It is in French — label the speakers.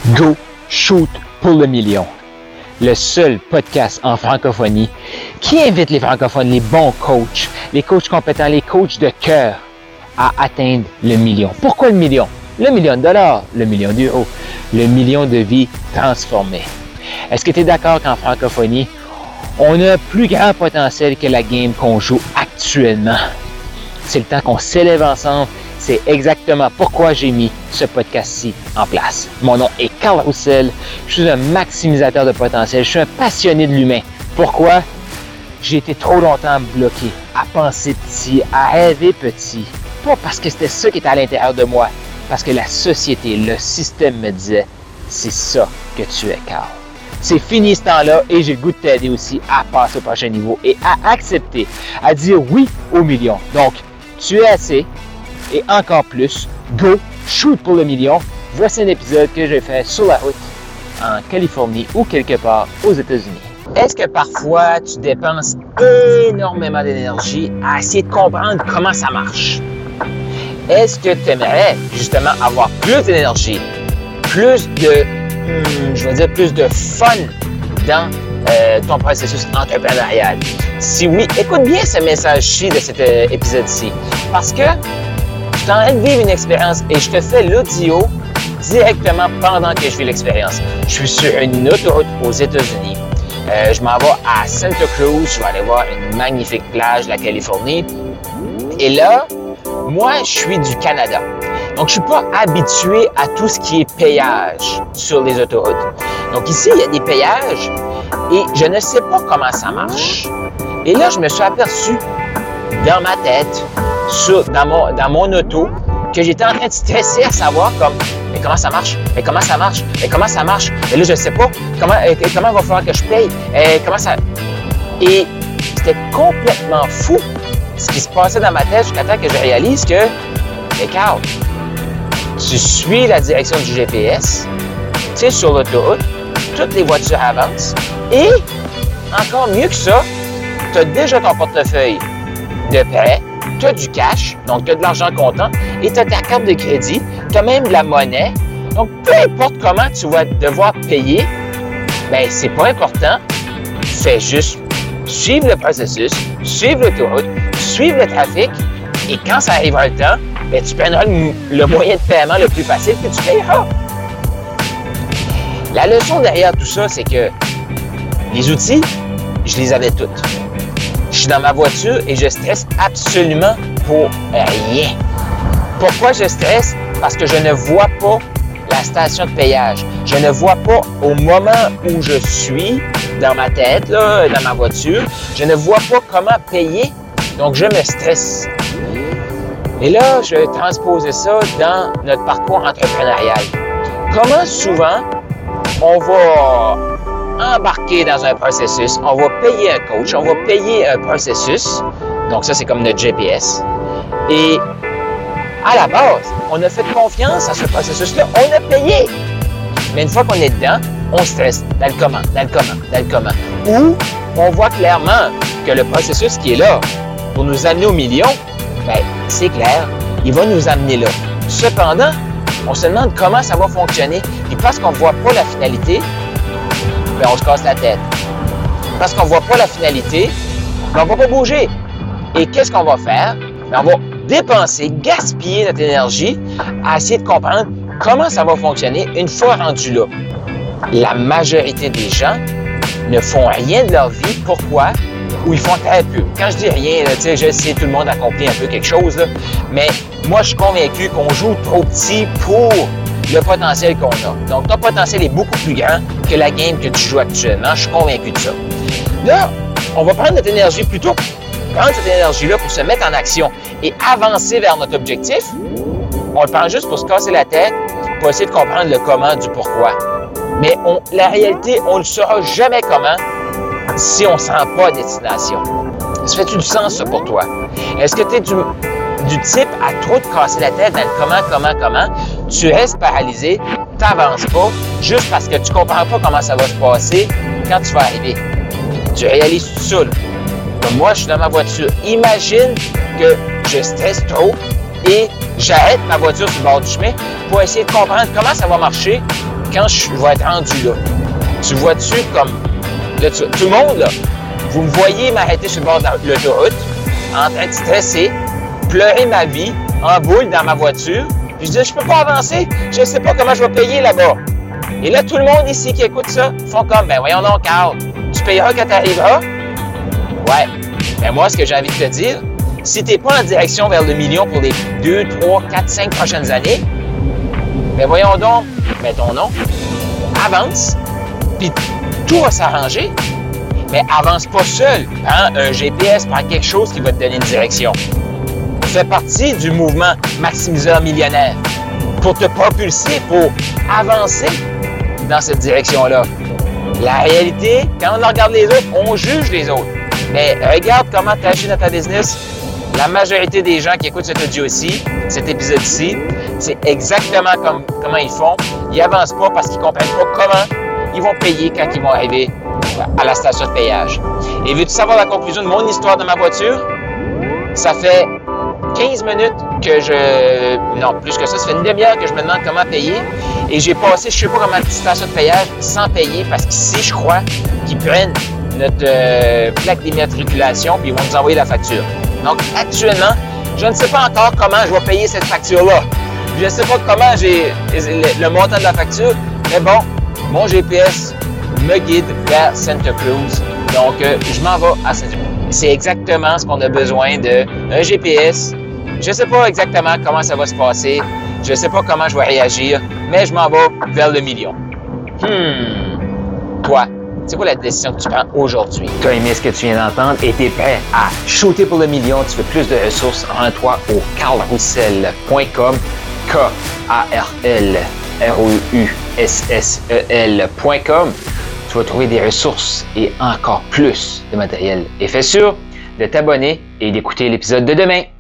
Speaker 1: Go Shoot pour le million, le seul podcast en francophonie qui invite les francophones, les bons coachs, les coachs compétents, les coachs de cœur à atteindre le million. Pourquoi le million? Le million de dollars, le million d'euros, le million de vies transformées. Est-ce que tu es d'accord qu'en francophonie, on a un plus grand potentiel que la game qu'on joue actuellement? C'est le temps qu'on s'élève ensemble. C'est exactement pourquoi j'ai mis ce podcast-ci en place. Mon nom est Carl Roussel. Je suis un maximisateur de potentiel. Je suis un passionné de l'humain. Pourquoi? J'ai été trop longtemps bloqué à penser petit, à rêver petit. Pas parce que c'était ça qui était à l'intérieur de moi. Parce que la société, le système me disait, c'est ça que tu es, Carl. C'est fini ce temps-là et j'ai le goût de t'aider aussi à passer au prochain niveau et à accepter, à dire oui au million. Donc, tu es assez. Et encore plus, go, shoot pour le million. Voici un épisode que j'ai fait sur la route en Californie ou quelque part aux États-Unis. Est-ce que parfois tu dépenses énormément d'énergie à essayer de comprendre comment ça marche? Est-ce que tu aimerais justement avoir plus d'énergie, plus de, plus de fun dans ton processus entrepreneurial? Si oui, écoute bien ce message-ci de cet épisode-ci parce que je suis en train de vivre une expérience et je te fais l'audio directement pendant que je vis l'expérience. Je suis sur une autoroute aux États-Unis. Je m'en vais à Santa Cruz. Je vais aller voir une magnifique plage de la Californie. Et là, moi, je suis du Canada. Donc, je ne suis pas habitué à tout ce qui est payage sur les autoroutes. Donc, ici, il y a des payages et je ne sais pas comment ça marche. Et là, je me suis aperçu dans ma tête, dans mon auto, que j'étais en train de stresser à savoir mais comment ça marche? Mais comment ça marche? Mais comment ça marche? Et là, je ne sais pas. Comment il va falloir que je paye? Et c'était complètement fou ce qui se passait dans ma tête jusqu'à temps que je réalise que, mais Carl, tu suis la direction du GPS, tu sais, sur l'autoroute, toutes les voitures avancent et, encore mieux que ça, tu as déjà ton portefeuille de prêt, tu as du cash, donc tu as de l'argent comptant, et tu as ta carte de crédit, tu as même de la monnaie. Donc, peu importe comment tu vas devoir payer, ben c'est pas important. Fais juste suivre le processus, suivre l'autoroute, suivre le trafic, et quand ça arrivera le temps, ben, tu prendras le moyen de paiement le plus facile que tu payeras. La leçon derrière tout ça, c'est que les outils, je les avais toutes. Je suis dans ma voiture et je stresse absolument pour rien. Pourquoi je stresse? Parce que je ne vois pas la station de payage. Je ne vois pas au moment où je suis dans ma tête, là, dans ma voiture, je ne vois pas comment payer. Donc, je me stresse. Et là, je vais transposer ça dans notre parcours entrepreneurial. Comment souvent on va embarquer dans un processus, on va payer un coach, on va payer un processus. Donc ça, c'est comme notre GPS. Et à la base, on a fait confiance à ce processus-là, on a payé. Mais une fois qu'on est dedans, on stresse dans le comment. Ou on voit clairement que le processus qui est là pour nous amener au million, bien, c'est clair, il va nous amener là. Cependant, on se demande comment ça va fonctionner. Et parce qu'on ne voit pas la finalité, bien, on se casse la tête. Parce qu'on ne voit pas la finalité, bien, on ne va pas bouger. Et qu'est-ce qu'on va faire? Bien, on va dépenser, gaspiller notre énergie à essayer de comprendre comment ça va fonctionner une fois rendu là. La majorité des gens ne font rien de leur vie. Pourquoi? Ou ils font très peu. Quand je dis rien, là, je sais, tout le monde accomplit un peu quelque chose, là, mais moi, je suis convaincu qu'on joue trop petit pour le potentiel qu'on a. Donc, ton potentiel est beaucoup plus grand que la game que tu joues actuellement. Je suis convaincu de ça. Là, on va prendre notre énergie plutôt, prendre cette énergie-là pour se mettre en action et avancer vers notre objectif. On le prend juste pour se casser la tête, pour essayer de comprendre le comment du pourquoi. Mais la réalité, on ne le saura jamais comment si on ne se rend pas à destination. Ça fait-tu du sens, ça, pour toi? Est-ce que tu es du type à trop te casser la tête dans le comment? Tu restes paralysé, tu n'avances pas, juste parce que tu ne comprends pas comment ça va se passer quand tu vas arriver. Tu réalises tout ça, là. Comme moi, je suis dans ma voiture. Imagine que je stresse trop et j'arrête ma voiture sur le bord du chemin pour essayer de comprendre comment ça va marcher quand je vais être rendu là, tu vois-tu comme, là, tout le monde, là, vous me voyez m'arrêter sur le bord de l'autoroute, en train de stresser, pleurer ma vie, en boule dans ma voiture, puis je dis, je peux pas avancer, je sais pas comment je vais payer là-bas. Et là, tout le monde ici qui écoute ça font comme, ben voyons donc, Carl, tu payeras quand tu arriveras? Ouais. Ben moi, ce que j'ai envie de te dire, si tu n'es pas en direction vers le million pour les 2, 3, 4, 5 prochaines années, ben voyons donc, mets ton nom, avance, puis tout va s'arranger. Mais avance pas seul. Prends un GPS, prends quelque chose qui va te donner une direction. Fais partie du mouvement maximiseur millionnaire pour te propulser, pour avancer dans cette direction-là. La réalité, quand on regarde les autres, on juge les autres. Mais regarde comment tu agis dans ta business. La majorité des gens qui écoutent cet audio-ci, cet épisode-ci, c'est exactement comment ils font. Ils avancent pas parce qu'ils comprennent pas comment ils vont payer quand ils vont arriver à la station de payage. Et veux-tu savoir la conclusion de mon histoire de ma voiture? Ça fait 15 minutes que non, plus que ça fait une demi-heure que je me demande comment payer. Et j'ai passé, je sais pas comment, une station de payage sans payer parce qu'ici, je crois qu'ils prennent notre plaque d'immatriculation puis ils vont nous envoyer la facture. Donc, actuellement, je ne sais pas encore comment je vais payer cette facture-là. Je ne sais pas comment j'ai le montant de la facture, mais bon, mon GPS me guide vers Santa Cruz. Donc, je m'en vais à Santa Cruz. C'est exactement ce qu'on a besoin d'un GPS. Je ne sais pas exactement comment ça va se passer. Je ne sais pas comment je vais réagir, mais je m'en vais vers le million. Toi, c'est quoi la décision que tu prends aujourd'hui? Tu as aimé ce que tu viens d'entendre et tu es prêt à shooter pour le million. Tu veux plus de ressources, rends-toi au carlroussel.com, KARLROUSSEL.com. Tu vas trouver des ressources et encore plus de matériel. Et fais sûr de t'abonner et d'écouter l'épisode de demain.